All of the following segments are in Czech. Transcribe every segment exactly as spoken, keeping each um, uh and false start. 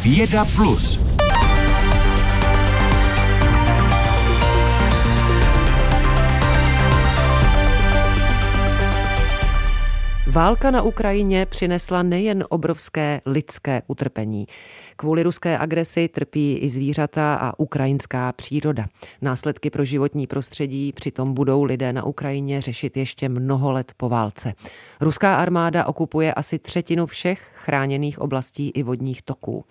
Věda plus. Válka na Ukrajině přinesla nejen obrovské lidské utrpení. Kvůli ruské agresi trpí i zvířata a ukrajinská příroda. Následky pro životní prostředí přitom budou lidé na Ukrajině řešit ještě mnoho let po válce. Ruská armáda okupuje asi třetinu všech chráněných oblastí i vodních toků.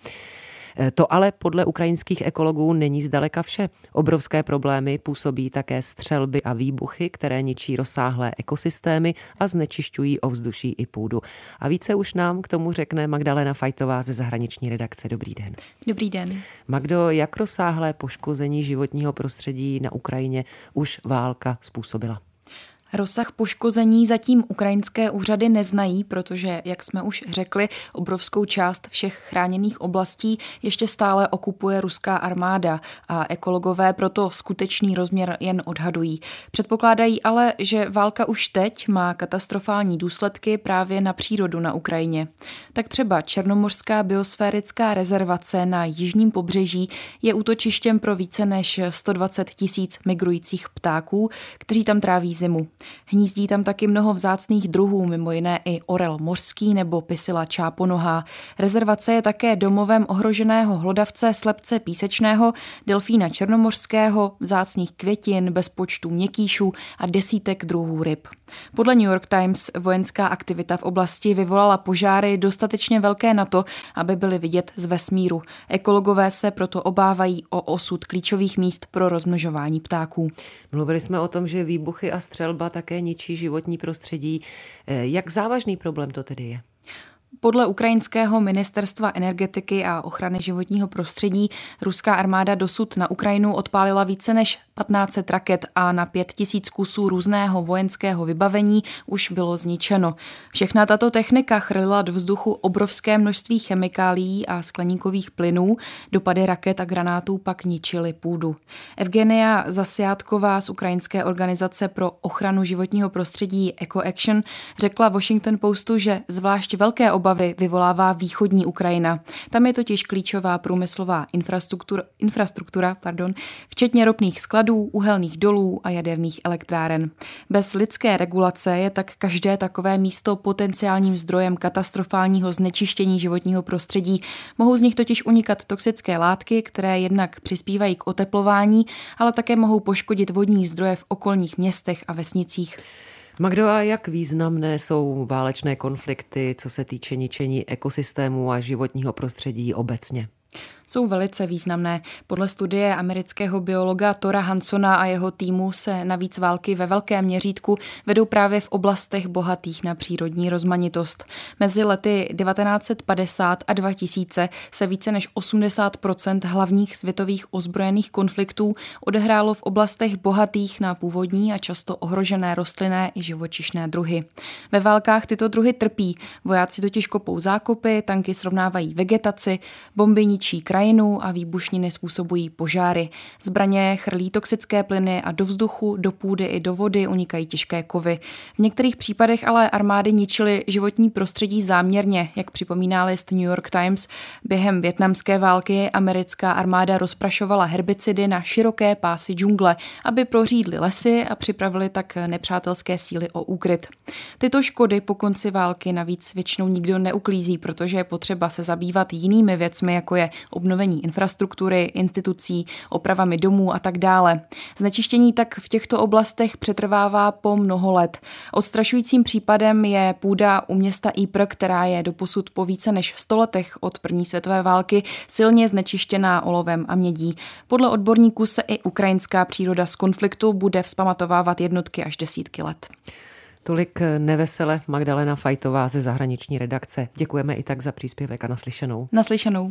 To ale podle ukrajinských ekologů není zdaleka vše. Obrovské problémy působí také střelby a výbuchy, které ničí rozsáhlé ekosystémy a znečišťují ovzduší i půdu. A více už nám k tomu řekne Magdalena Fajtová ze zahraniční redakce. Dobrý den. Dobrý den. Magdo, jak rozsáhlé poškození životního prostředí na Ukrajině už válka způsobila? Rozsah poškození zatím ukrajinské úřady neznají, protože, jak jsme už řekli, obrovskou část všech chráněných oblastí ještě stále okupuje ruská armáda a ekologové proto skutečný rozměr jen odhadují. Předpokládají ale, že válka už teď má katastrofální důsledky právě na přírodu na Ukrajině. Tak třeba Černomořská biosférická rezervace na jižním pobřeží je útočištěm pro více než sto dvacet tisíc migrujících ptáků, kteří tam tráví zimu. Hnízdí tam taky mnoho vzácných druhů, mimo jiné i orel mořský nebo pisila čáponohá. Rezervace je také domovem ohroženého hlodavce slepce písečného, delfína černomořského, vzácných květin, bezpočtu měkkýšů a desítek druhů ryb. Podle New York Times vojenská aktivita v oblasti vyvolala požáry dostatečně velké na to, aby byly vidět z vesmíru. Ekologové se proto obávají o osud klíčových míst pro rozmnožování ptáků. Mluvili jsme o tom, že výbuchy a střelba také ničí životní prostředí. Jak závažný problém to tedy je? Podle ukrajinského ministerstva energetiky a ochrany životního prostředí ruská armáda dosud na Ukrajinu odpálila více než patnáct set raket a na pět tisíc kusů různého vojenského vybavení už bylo zničeno. Všechna tato technika chrlila do vzduchu obrovské množství chemikálií a skleníkových plynů, dopady raket a granátů pak ničily půdu. Evgenia Zasjátková z ukrajinské organizace pro ochranu životního prostředí EcoAction řekla Washington Postu, že zvlášť velké obavy vyvolává východní Ukrajina. Tam je totiž klíčová průmyslová infrastruktura, infrastruktura pardon, včetně ropných skladů, uhelných dolů a jaderných elektráren. Bez lidské regulace je tak každé takové místo potenciálním zdrojem katastrofálního znečištění životního prostředí. Mohou z nich totiž unikat toxické látky, které jednak přispívají k oteplování, ale také mohou poškodit vodní zdroje v okolních městech a vesnicích. Magdo, a jak významné jsou válečné konflikty, co se týče ničení ekosystémů a životního prostředí obecně? Jsou velice významné. Podle studie amerického biologa Tora Hansona a jeho týmu se navíc války ve velkém měřítku vedou právě v oblastech bohatých na přírodní rozmanitost. Mezi lety devatenáct set padesát a dva tisíce se více než osmdesát procent hlavních světových ozbrojených konfliktů odehrálo v oblastech bohatých na původní a často ohrožené rostlinné i živočišné druhy. Ve válkách tyto druhy trpí. Vojáci totiž kopou zákopy, tanky srovnávají vegetaci, bomby ničí krajinu a výbušniny způsobují požáry. Zbraně chrlí toxické plyny a do vzduchu, do půdy i do vody unikají těžké kovy. V některých případech ale armády ničily životní prostředí záměrně, jak připomíná list New York Times. Během vietnamské války americká armáda rozprašovala herbicidy na široké pásy džungle, aby prořídly lesy a připravili tak nepřátelské síly o úkryt. Tyto škody po konci války navíc většinou nikdo neuklízí, protože je potřeba se zabývat jinými věcmi, jako je obnovení infrastruktury, institucí, opravami domů a tak dále. Znečištění tak v těchto oblastech přetrvává po mnoho let. Odstrašujícím případem je půda u města Ypres, která je doposud po více než sto letech od první světové války silně znečištěná olovem a mědí. Podle odborníků se i ukrajinská příroda z konfliktu bude vzpamatovávat jednotky až desítky let. Tolik nevesele Magdalena Fajtová ze zahraniční redakce. Děkujeme i tak za příspěvek a naslyšenou. Naslyšenou.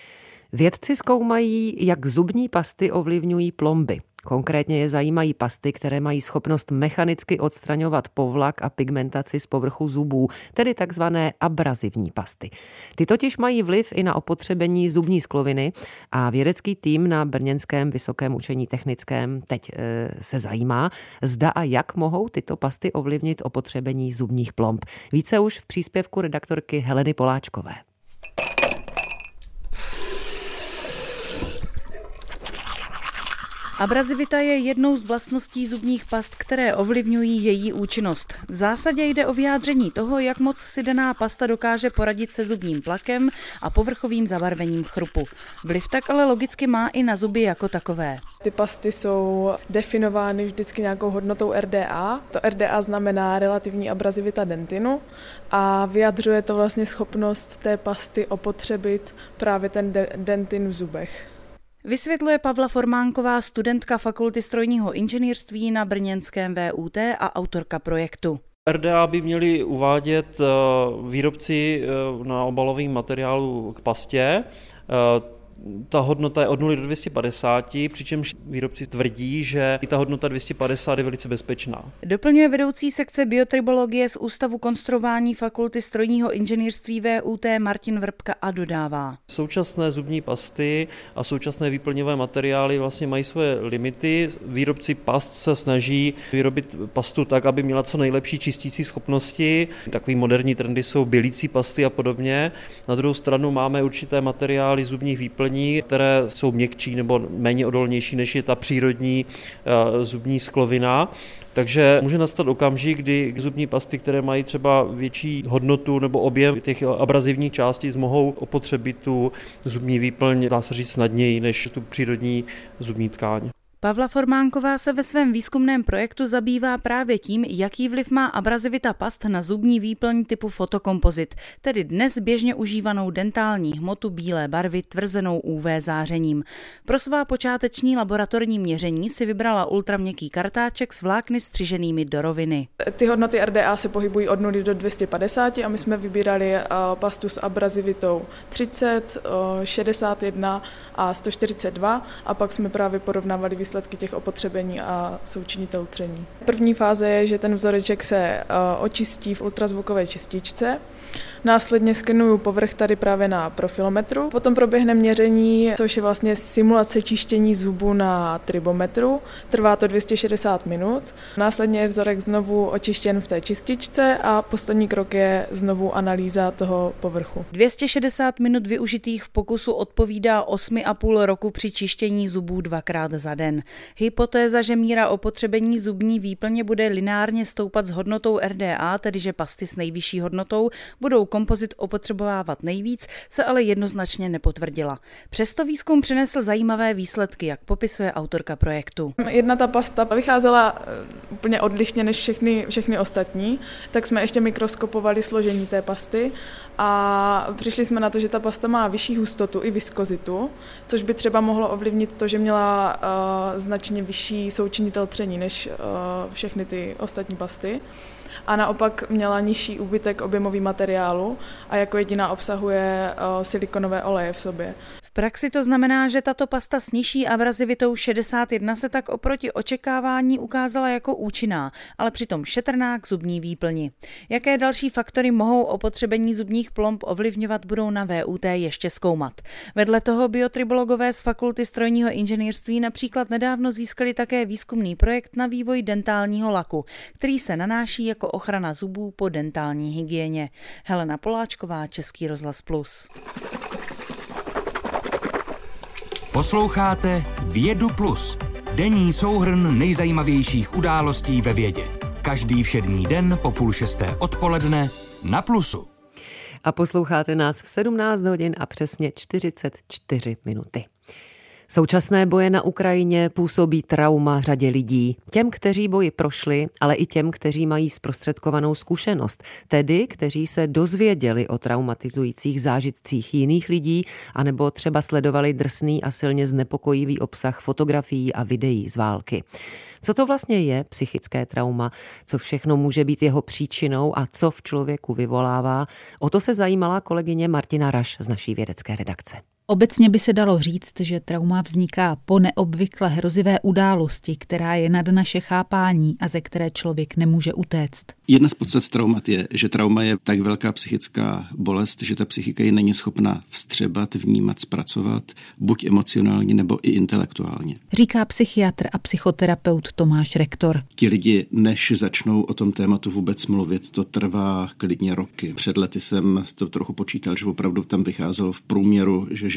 Vědci zkoumají, jak zubní pasty ovlivňují plomby. Konkrétně je zajímají pasty, které mají schopnost mechanicky odstraňovat povlak a pigmentaci z povrchu zubů, tedy takzvané abrazivní pasty. Ty totiž mají vliv i na opotřebení zubní skloviny a vědecký tým na Brněnském vysokém učení technickém teď e, se zajímá, zda a jak mohou tyto pasty ovlivnit opotřebení zubních plomb. Více už v příspěvku redaktorky Heleny Poláčkové. Abrazivita je jednou z vlastností zubních past, které ovlivňují její účinnost. V zásadě jde o vyjádření toho, jak moc si daná pasta dokáže poradit se zubním plakem a povrchovým zabarvením chrupu. Vliv tak ale logicky má i na zuby jako takové. Ty pasty jsou definovány vždycky nějakou hodnotou R D A. To R D A znamená relativní abrazivita dentinu a vyjadřuje to vlastně schopnost té pasty opotřebit právě ten de- dentin v zubech. Vysvětluje Pavla Formánková, studentka Fakulty strojního inženýrství na brněnském V U T a autorka projektu. R D A by měli uvádět výrobci na obalovém materiálu k pastě. Ta hodnota je od nuly do dvě stě padesát, přičemž výrobci tvrdí, že i ta hodnota dvě stě padesát je velice bezpečná. Doplňuje vedoucí sekce biotribologie z Ústavu konstruování Fakulty strojního inženýrství V U T Martin Vrbka a dodává. Současné zubní pasty a současné výplňové materiály vlastně mají své limity. Výrobci past se snaží vyrobit pastu tak, aby měla co nejlepší čistící schopnosti. Takový moderní trendy jsou bělící pasty a podobně. Na druhou stranu máme určité materiály zubních výplní, které jsou měkčí nebo méně odolnější, než je ta přírodní uh, zubní sklovina. Takže může nastat okamžik, kdy zubní pasty, které mají třeba větší hodnotu nebo objem těch abrazivních částí, mohou opotřebit tu zubní výplň, dá se říct, snadněji než tu přírodní zubní tkáň. Pavla Formánková se ve svém výzkumném projektu zabývá právě tím, jaký vliv má abrazivita past na zubní výplň typu fotokompozit, tedy dnes běžně užívanou dentální hmotu bílé barvy tvrzenou U V zářením. Pro svá počáteční laboratorní měření si vybrala ultraměkký kartáček s vlákny střiženými do roviny. Ty hodnoty R D A se pohybují od nuly do dvě stě padesát a my jsme vybírali pastu s abrazivitou třicet, šedesát jedna a sto čtyřicet dva a pak jsme právě porovnávali výsledky těch opotřebení a součinitel tření. První fáze je, že ten vzoreček se očistí v ultrazvukové čističce. Následně skenuju povrch tady právě na profilometru. Potom proběhne měření, což je vlastně simulace čištění zubu na tribometru. Trvá to dvě stě šedesát minut. Následně je vzorek znovu očištěn v té čističce a poslední krok je znovu analýza toho povrchu. dvě stě šedesát minut využitých v pokusu odpovídá osmi a půl roku při čištění zubů dvakrát za den. Hypotéza, že míra opotřebení zubní výplně bude lineárně stoupat s hodnotou R D A, tedy že pasty s nejvyšší hodnotou budou kompozit opotřebovávat nejvíc, se ale jednoznačně nepotvrdila. Přesto výzkum přinesl zajímavé výsledky, jak popisuje autorka projektu. Jedna ta pasta vycházela úplně odlišně než všechny, všechny ostatní, tak jsme ještě mikroskopovali složení té pasty a přišli jsme na to, že ta pasta má vyšší hustotu i viskozitu, což by třeba mohlo ovlivnit to, že měla uh, značně vyšší součinitel tření než uh, všechny ty ostatní pasty. A naopak měla nižší úbytek objemový materiálu a jako jediná obsahuje uh, silikonové oleje v sobě. V praxi to znamená, že tato pasta s nižší abrazivitou šedesát jedna se tak oproti očekávání ukázala jako účinná, ale přitom šetrná k zubní výplni. Jaké další faktory mohou opotřebení zubních plomb ovlivňovat, budou na V U T ještě zkoumat. Vedle toho biotribologové z Fakulty strojního inženýrství například nedávno získali také výzkumný projekt na vývoj dentálního laku, který se nanáší jako ochrana zubů po dentální hygieně. Helena Poláčková, Český rozhlas Plus. Posloucháte Vědu Plus, denní souhrn nejzajímavějších událostí ve vědě. Každý všední den po půl šesté odpoledne na Plusu. A posloucháte nás v sedmnáct hodin a přesně čtyřicet čtyři minuty. Současné boje na Ukrajině působí trauma řadě lidí. Těm, kteří boji prošli, ale i těm, kteří mají zprostředkovanou zkušenost. Tedy, kteří se dozvěděli o traumatizujících zážitcích jiných lidí, anebo třeba sledovali drsný a silně znepokojivý obsah fotografií a videí z války. Co to vlastně je psychické trauma, co všechno může být jeho příčinou a co v člověku vyvolává, o to se zajímala kolegyně Martina Raš z naší vědecké redakce. Obecně by se dalo říct, že trauma vzniká po neobvykle hrozivé události, která je nad naše chápání a ze které člověk nemůže utéct. Jedna z podstat traumat je, že trauma je tak velká psychická bolest, že ta psychika ji není schopna vstřebat, vnímat, zpracovat, buď emocionálně nebo i intelektuálně. Říká psychiatr a psychoterapeut Tomáš Rektor. Ti lidi, než začnou o tom tématu vůbec mluvit, to trvá klidně roky. Před lety jsem to trochu počítal, že opravdu tam vycházelo v průměru, že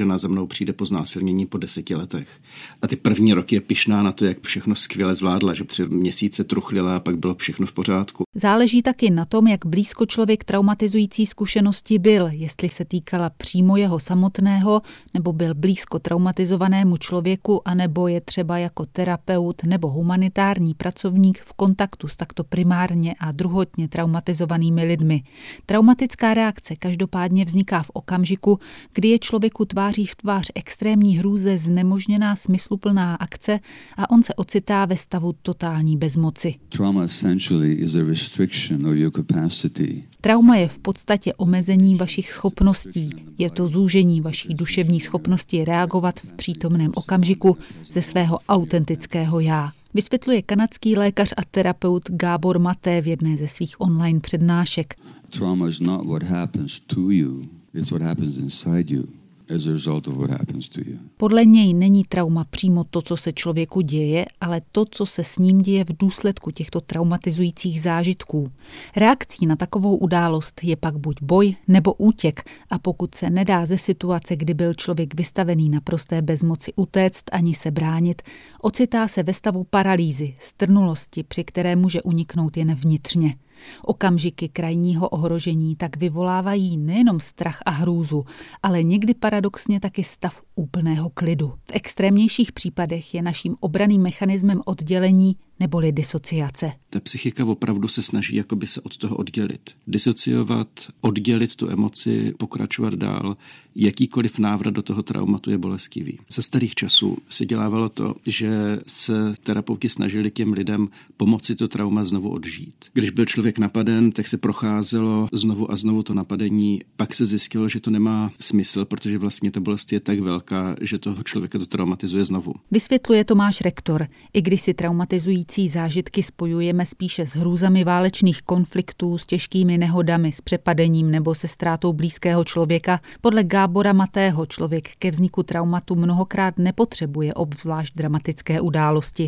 žena za mnou přijde po znásilnění po deseti letech. A ty první roky je pyšná na to, jak všechno skvěle zvládla, že tři měsíce truchlila a pak bylo všechno v pořádku. Záleží taky na tom, jak blízko člověk traumatizující zkušenosti byl, jestli se týkala přímo jeho samotného, nebo byl blízko traumatizovanému člověku, anebo je třeba jako terapeut nebo humanitární pracovník v kontaktu s takto primárně a druhotně traumatizovanými lidmi. Traumatická reakce každopádně vzniká v okamžiku, kdy je člověku tváří v tvář extrémní hrůze znemožněná smysluplná akce a on se ocitá ve stavu totální bezmoci. Trauma essentially is a restriction of your capacity. Trauma je v podstatě omezení vašich schopností. Je to zúžení vaší duševní schopnosti reagovat v přítomném okamžiku ze svého autentického já. Vysvětluje kanadský lékař a terapeut Gábor Maté v jedné ze svých online přednášek. Trauma is not what happens to you, it's what happens inside you. As a result of what happens to you. Podle něj není trauma přímo to, co se člověku děje, ale to, co se s ním děje v důsledku těchto traumatizujících zážitků. Reakcí na takovou událost je pak buď boj nebo útěk a pokud se nedá ze situace, kdy byl člověk vystavený naprosté bezmoci utéct ani se bránit, ocitá se ve stavu paralýzy, strnulosti, při které může uniknout jen vnitřně. Okamžiky krajního ohrožení tak vyvolávají nejenom strach a hrůzu, ale někdy paradoxně taky stav úplného klidu. V extrémnějších případech je naším obranným mechanismem oddělení neboli disociace. Ta psychika opravdu se snaží jakoby se od toho oddělit. Disociovat, oddělit tu emoci, pokračovat dál. Jakýkoliv návrat do toho traumatu je bolestivý. Ze starých časů se dělávalo to, že se terapeuti snažili těm lidem pomoci to trauma znovu odžít. Když byl člověk napaden, tak se procházelo znovu a znovu to napadení. Pak se zjistilo, že to nemá smysl, protože vlastně ta bolest je tak velká, že toho člověka to traumatizuje znovu. Vysvětluje Tomáš Rektor. I když si traumatizují zážitky spojujeme spíše s hrůzami válečných konfliktů, s těžkými nehodami, s přepadením nebo se ztrátou blízkého člověka. Podle Gábora Matého člověk ke vzniku traumatu mnohokrát nepotřebuje obzvlášť dramatické události.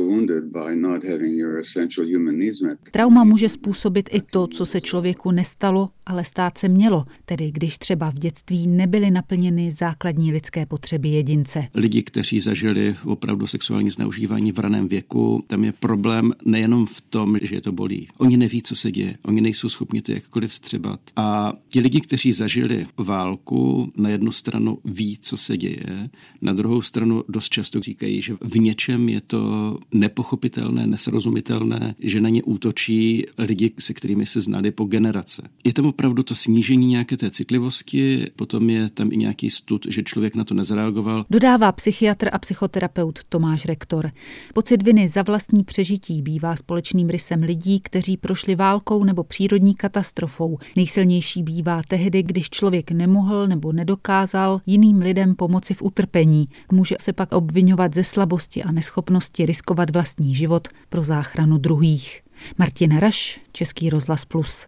Trauma může způsobit i to, co se člověku nestalo, ale stát se mělo, tedy když třeba v dětství nebyly naplněny základní lidské potřeby jedince. Lidi, kteří zažili opravdu sexuální zneužívání v raném věku, tam je problém nejenom v tom, že je to bolí. Oni neví, co se děje, oni nejsou schopni to jakkoliv vstřebat. A ti lidi, kteří zažili válku, na jednu stranu ví, co se děje, na druhou stranu dost často říkají, že v něčem je to nepochopitelné, nesrozumitelné, že na ně útočí lidi, se kterými se znali po generace. Je tam opravdu to snížení nějaké té citlivosti, potom je tam i nějaký stud, že člověk na to nezareagoval. Dodává psychiatr a psychoterapeut Tomáš Rektor. Pocit viny za vlastní přežití bývá společným rysem lidí, kteří prošli válkou nebo přírodní katastrofou. Nejsilnější bývá tehdy, když člověk nemohl nebo nedokázal jiným lidem pomoci v utrpení. Může se pak obvinovat ze slabosti a neschopnosti riskovat vlastní život pro záchranu druhých. Martina Raš, Český rozhlas Plus.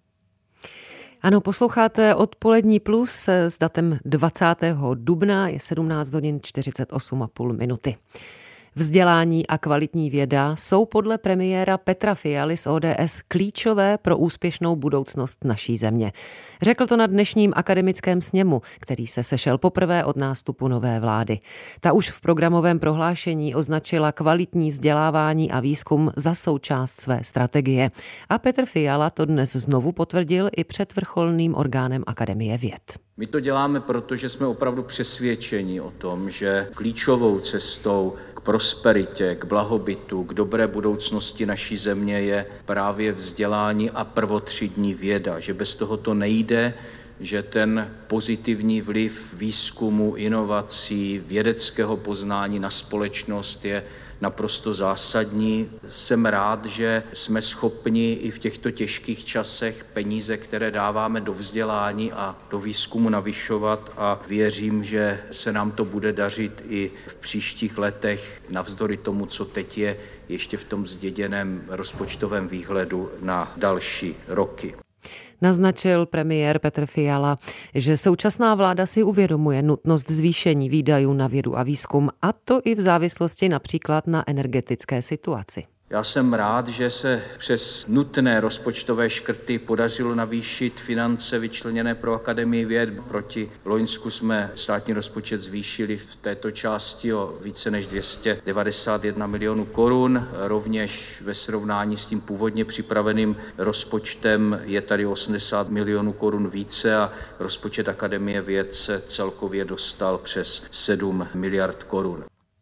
Ano, posloucháte Odpolední plus s datem dvacátého dubna, je sedmnáct hodin čtyřicet osm a půl minuty. Vzdělání a kvalitní věda jsou podle premiéra Petra Fialy z O D S klíčové pro úspěšnou budoucnost naší země. Řekl to na dnešním akademickém sněmu, který se sešel poprvé od nástupu nové vlády. Ta už v programovém prohlášení označila kvalitní vzdělávání a výzkum za součást své strategie. A Petr Fiala to dnes znovu potvrdil i před vrcholným orgánem Akademie věd. My to děláme, protože jsme opravdu přesvědčeni o tom, že klíčovou cestou k prosperitě, k blahobytu, k dobré budoucnosti naší země je právě vzdělání a prvotřídní věda, že bez toho to nejde, že ten pozitivní vliv výzkumu, inovací, vědeckého poznání na společnost je naprosto zásadní. Jsem rád, že jsme schopni i v těchto těžkých časech peníze, které dáváme do vzdělání a do výzkumu, navyšovat a věřím, že se nám to bude dařit i v příštích letech, navzdory tomu, co teď je ještě v tom zděděném rozpočtovém výhledu na další roky. Naznačil premiér Petr Fiala, že současná vláda si uvědomuje nutnost zvýšení výdajů na vědu a výzkum, a to i v závislosti například na energetické situaci. Já jsem rád, že se přes nutné rozpočtové škrty podařilo navýšit finance vyčleněné pro Akademii věd. Proti loňsku jsme státní rozpočet zvýšili v této části o více než dvě stě devadesát jedna milionů korun. Rovněž ve srovnání s tím původně připraveným rozpočtem je tady osmdesát milionů korun více a rozpočet Akademie věd se celkově dostal přes sedm miliard korun.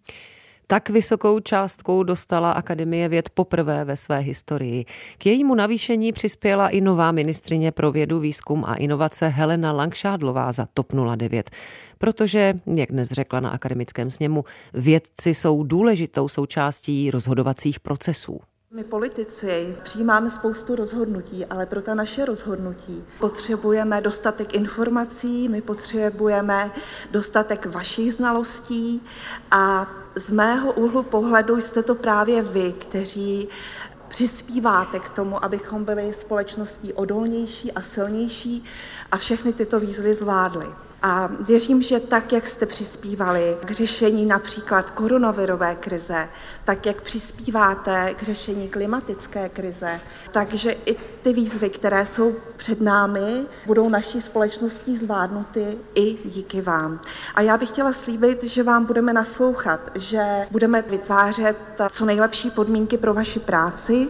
Tak vysokou částkou dostala Akademie věd poprvé ve své historii. K jejímu navýšení přispěla i nová ministryně pro vědu, výzkum a inovace Helena Langšádlová za TOP nula devět. Protože, jak dnes řekla na akademickém sněmu, vědci jsou důležitou součástí rozhodovacích procesů. My politici přijímáme spoustu rozhodnutí, ale pro ta naše rozhodnutí potřebujeme dostatek informací, my potřebujeme dostatek vašich znalostí a z mého úhlu pohledu jste to právě vy, kteří přispíváte k tomu, abychom byli společností odolnější a silnější a všechny tyto výzvy zvládli. A věřím, že tak, jak jste přispívali k řešení například koronavirové krize, tak, jak přispíváte k řešení klimatické krize, takže i ty výzvy, které jsou před námi, budou naší společností zvládnuty i díky vám. A já bych chtěla slíbit, že vám budeme naslouchat, že budeme vytvářet co nejlepší podmínky pro vaši práci,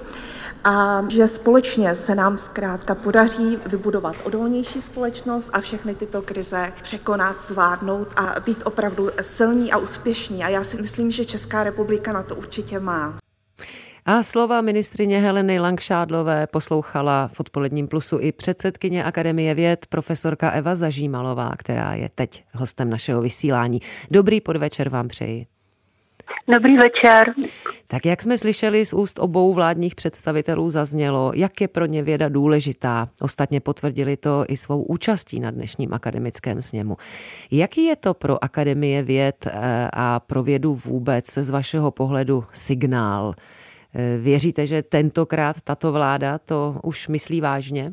a že společně se nám zkrátka podaří vybudovat odolnější společnost a všechny tyto krize překonat, zvládnout a být opravdu silní a úspěšní. A já si myslím, že Česká republika na to určitě má. A slova ministryně Heleny Langšádlové poslouchala v Odpoledním plusu i předsedkyně Akademie věd profesorka Eva Zažímalová, která je teď hostem našeho vysílání. Dobrý podvečer vám přeji. Dobrý večer. Tak jak jsme slyšeli z úst obou vládních představitelů zaznělo, jak je pro ně věda důležitá. Ostatně potvrdili to i svou účastí na dnešním akademickém sněmu. Jaký je to pro Akademie věd a pro vědu vůbec z vašeho pohledu signál? Věříte, že tentokrát tato vláda to už myslí vážně?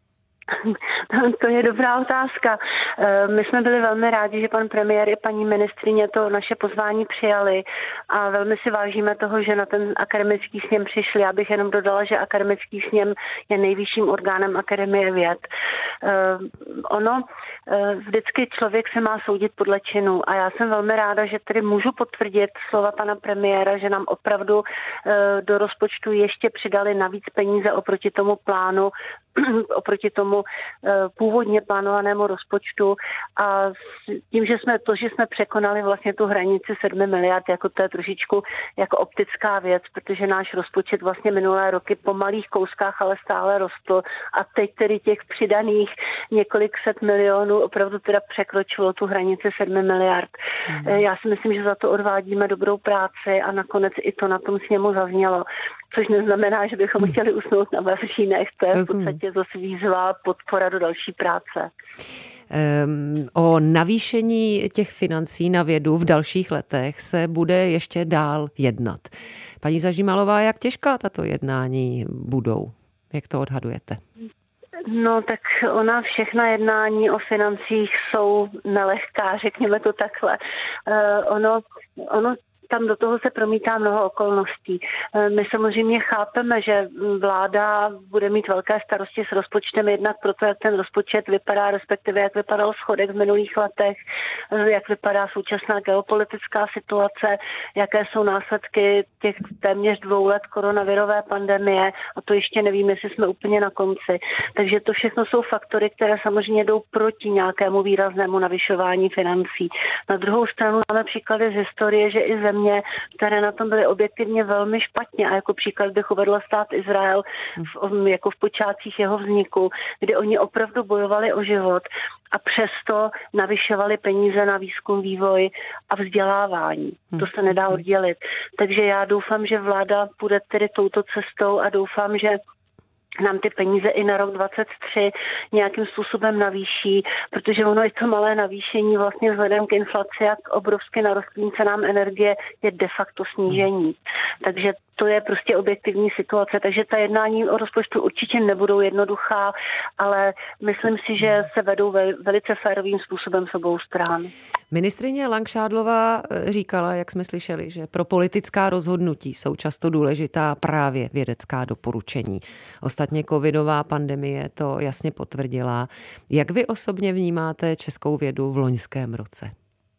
To je dobrá otázka. My jsme byli velmi rádi, že pan premiér i paní ministryně to naše pozvání přijali a velmi si vážíme toho, že na ten akademický sněm přišli. Já bych jenom dodala, že akademický sněm je nejvyšším orgánem Akademie věd. Ono, vždycky člověk se má soudit podle činu a já jsem velmi ráda, že tedy můžu potvrdit slova pana premiéra, že nám opravdu do rozpočtu ještě přidali navíc peníze oproti tomu plánu, oproti tomu původně plánovanému rozpočtu a tím, že jsme to, že jsme překonali vlastně tu hranici sedmi miliard, jako to je trošičku jako optická věc, protože náš rozpočet vlastně minulé roky po malých kouskách, ale stále rostl a teď tedy těch přidaných několik set milionů opravdu teda překročilo tu hranici sedmi miliard. Mm. Já si myslím, že za to odvádíme dobrou práci a nakonec i to na tom sněmu zaznělo. Což neznamená, že bychom chtěli usnout na vavřínech. To je v podstatě zase výzva, podpora do další práce. Um, o navýšení těch financí na vědu v dalších letech se bude ještě dál jednat. Paní Zažímalová, jak těžká tato jednání budou? Jak to odhadujete? No tak ona všechna jednání o financích jsou nelehká, řekněme to takhle. Uh, ono, ono tam do toho se promítá mnoho okolností. My samozřejmě chápeme, že vláda bude mít velké starosti s rozpočtem, jednak proto, jak ten rozpočet vypadá, respektive jak vypadal schodek v minulých letech, jak vypadá současná geopolitická situace, jaké jsou následky těch téměř dvou let koronavirové pandemie a to ještě nevím, jestli jsme úplně na konci. Takže to všechno jsou faktory, které samozřejmě jdou proti nějakému výraznému navyšování financí. Na druhou stranu máme příklady z historie, že i země Mě, které na tom byly objektivně velmi špatně. A jako příklad bych uvedla stát Izrael v, jako v počátcích jeho vzniku, kdy oni opravdu bojovali o život a přesto navyšovali peníze na výzkum, vývoj a vzdělávání. To se nedá oddělit. Takže já doufám, že vláda půjde tedy touto cestou a doufám, že nám ty peníze i na rok dvacet tři nějakým způsobem navýší, protože ono i to malé navýšení vlastně vzhledem k inflaci a k obrovsky narostlým cenám energie je de facto snížení. Takže to je prostě objektivní situace, takže ta jednání o rozpočtu určitě nebudou jednoduchá, ale myslím si, že se vedou velice férovým způsobem s obou stran. Ministryně Langšádlová říkala, jak jsme slyšeli, že pro politická rozhodnutí jsou často důležitá právě vědecká doporučení. Ostatně covidová pandemie to jasně potvrdila. Jak vy osobně vnímáte českou vědu v loňském roce?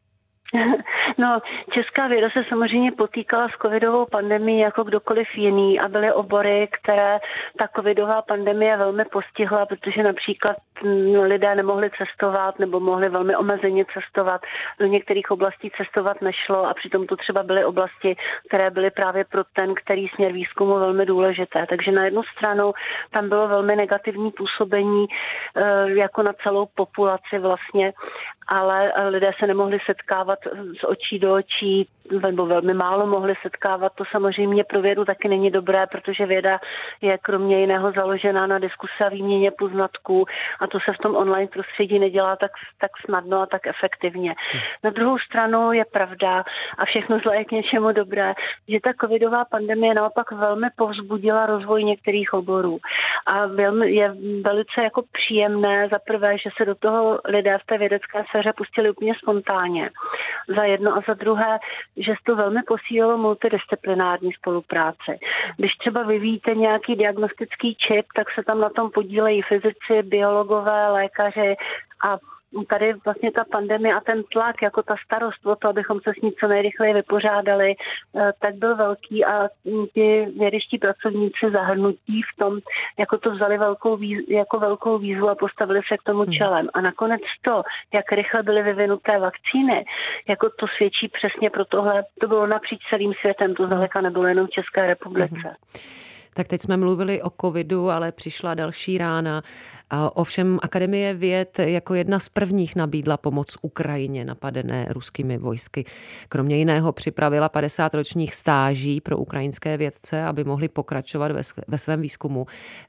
No, česká věda se samozřejmě potýkala s covidovou pandemií jako kdokoliv jiný a byly obory, které ta covidová pandemie velmi postihla, protože například lidé nemohli cestovat nebo mohli velmi omezeně cestovat. Do některých oblastí cestovat nešlo a přitom to třeba byly oblasti, které byly právě pro ten, který směr výzkumu velmi důležité. Takže na jednu stranu tam bylo velmi negativní působení jako na celou populaci vlastně, ale lidé se nemohli setkávat z očí do očí, nebo velmi málo mohli setkávat. To samozřejmě pro vědu taky není dobré, protože věda je kromě jiného založená na diskusi a výměně poznatků a to se v tom online prostředí nedělá tak, tak snadno a tak efektivně. Na druhou stranu je pravda a všechno zlé je k něčemu dobré, že ta covidová pandemie naopak velmi povzbudila rozvoj některých oborů a je velice jako příjemné za prvé, že se do toho lidé v té vědecké sféře pustili úplně spontánně. Za jedno a za druhé, že to velmi posílilo multidisciplinární spolupráci. Když třeba vyvíjíte nějaký diagnostický čip, tak se tam na tom podílejí fyzici, biologové, lékaři a tady vlastně ta pandemie a ten tlak, jako ta starost o to, abychom se s ní co nejrychleji vypořádali, tak byl velký a ti vědečtí pracovníci zahrnutí v tom, jako to vzali velkou výzvu, jako velkou výzvu a postavili se k tomu čelem. A nakonec to, jak rychle byly vyvinuté vakcíny, jako to svědčí přesně pro tohle, to bylo napříč celým světem, to zdaleka nebylo jenom v České republice. Tak teď jsme mluvili o covidu, ale přišla další rána. Ovšem Akademie věd jako jedna z prvních nabídla pomoc Ukrajině napadené ruskými vojsky. Kromě jiného připravila padesát ročních stáží pro ukrajinské vědce, aby mohli pokračovat ve, ve svém výzkumu.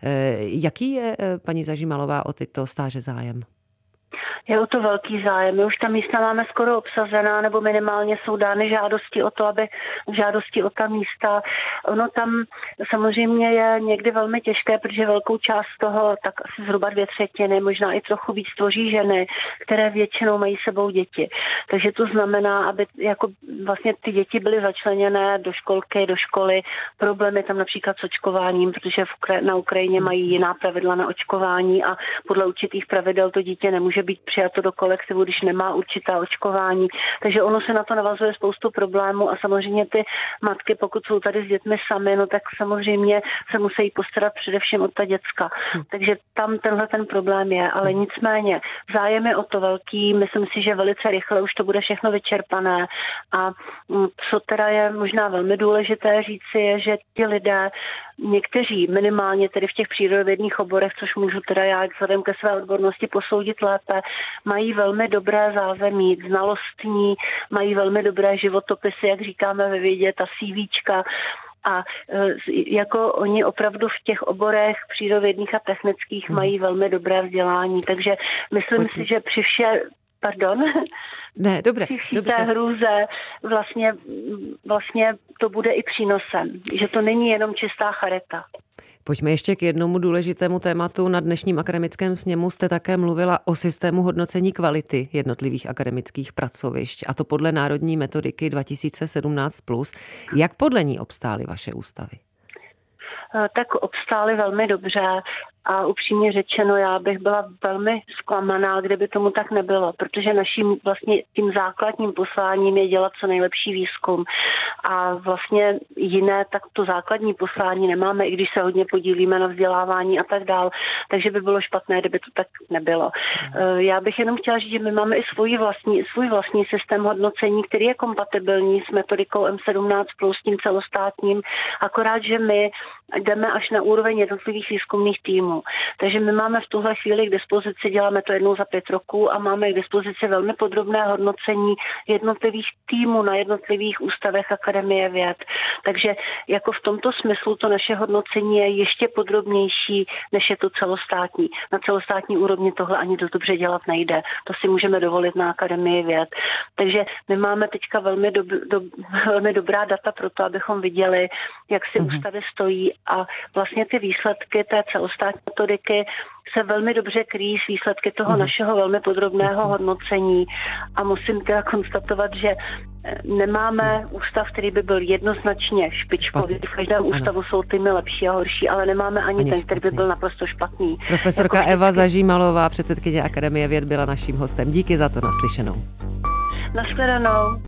Jaký je, paní Zažimalová, o tyto stáže zájem? Je o to velký zájem. My už ta místa máme skoro obsazená, nebo minimálně jsou dány žádosti o to, aby žádosti o ta místa. Ono tam samozřejmě je někdy velmi těžké, protože velkou část toho, tak asi zhruba dvě třetiny, možná i trochu víc tvoří ženy, které většinou mají sebou děti. Takže to znamená, aby jako vlastně ty děti byly začleněné do školky, do školy. Problémy tam například s očkováním, protože v Ukra- na Ukrajině mají jiná pravidla na očkování a podle určitých pravidel to dítě nemůže být přijato do kolektivu, když nemá určitá očkování. Takže ono se na to navazuje spoustu problémů a samozřejmě ty matky, pokud jsou tady s dětmi sami, no tak samozřejmě se musí postarat především o ta děcka. Hmm. Takže tam tenhle ten problém je, ale nicméně zájem je o to velký, myslím si, že velice rychle už to bude všechno vyčerpané a co teda je možná velmi důležité říci je, že ti lidé, někteří minimálně tedy v těch přírodovědných oborech, což můžu teda já vzhledem ke své odbornosti posoudit lépe, mají velmi dobré zázemí, znalostní, mají velmi dobré životopisy, jak říkáme ve vědě, ta CVčka. A jako oni opravdu v těch oborech přírodovědných a technických mají velmi dobré vzdělání. Takže myslím Pojďme. si, že při vše... Pardon? Ne, dobré. Při té hrůze vlastně, vlastně to bude i přínosem. Že to není jenom čistá charita. Pojďme ještě k jednomu důležitému tématu. Na dnešním akademickém sněmu jste také mluvila o systému hodnocení kvality jednotlivých akademických pracovišť, a to podle národní metodiky dva tisíce sedmnáct plus. Jak podle ní obstály vaše ústavy? Tak obstály velmi dobře a upřímně řečeno, já bych byla velmi zklamaná, kdyby tomu tak nebylo, protože naším vlastně tím základním posláním je dělat co nejlepší výzkum a vlastně jiné tak to základní poslání nemáme, i když se hodně podílíme na vzdělávání a tak dál, takže by bylo špatné, kdyby to tak nebylo. Já bych jenom chtěla říct, že my máme i svůj vlastní, svůj vlastní systém hodnocení, který je kompatibilní s metodikou M sedmnáct plus, tím celostátním, akorát, že my jdeme až na úroveň jednotlivých výzkumných týmů. systému. Takže my máme v tuhle chvíli k dispozici, děláme to jednou za pět roků a máme k dispozici velmi podrobné hodnocení jednotlivých týmů na jednotlivých ústavech Akademie věd. Takže jako v tomto smyslu to naše hodnocení je ještě podrobnější, než je to celostátní. Na celostátní úrovni tohle ani dost dobře dělat nejde. To si můžeme dovolit na Akademii věd. Takže my máme teďka velmi, dob, do, velmi dobrá data pro to, abychom viděli, jak si mm-hmm. ústavy stojí a vlastně ty výsledky té celostátní metodiky se velmi dobře kryjí s výsledky toho mm-hmm. našeho velmi podrobného mm-hmm. hodnocení a musím teda konstatovat, že nemáme ústav, který by byl jednoznačně špičkový. V každém ústavu jsou týmy lepší a horší, ale nemáme ani, ani ten, který by byl naprosto špatný. Profesorka jako Eva Zažímalová, předsedkyně Akademie věd, byla naším hostem. Díky za to, naslyšenou. Nashledanou.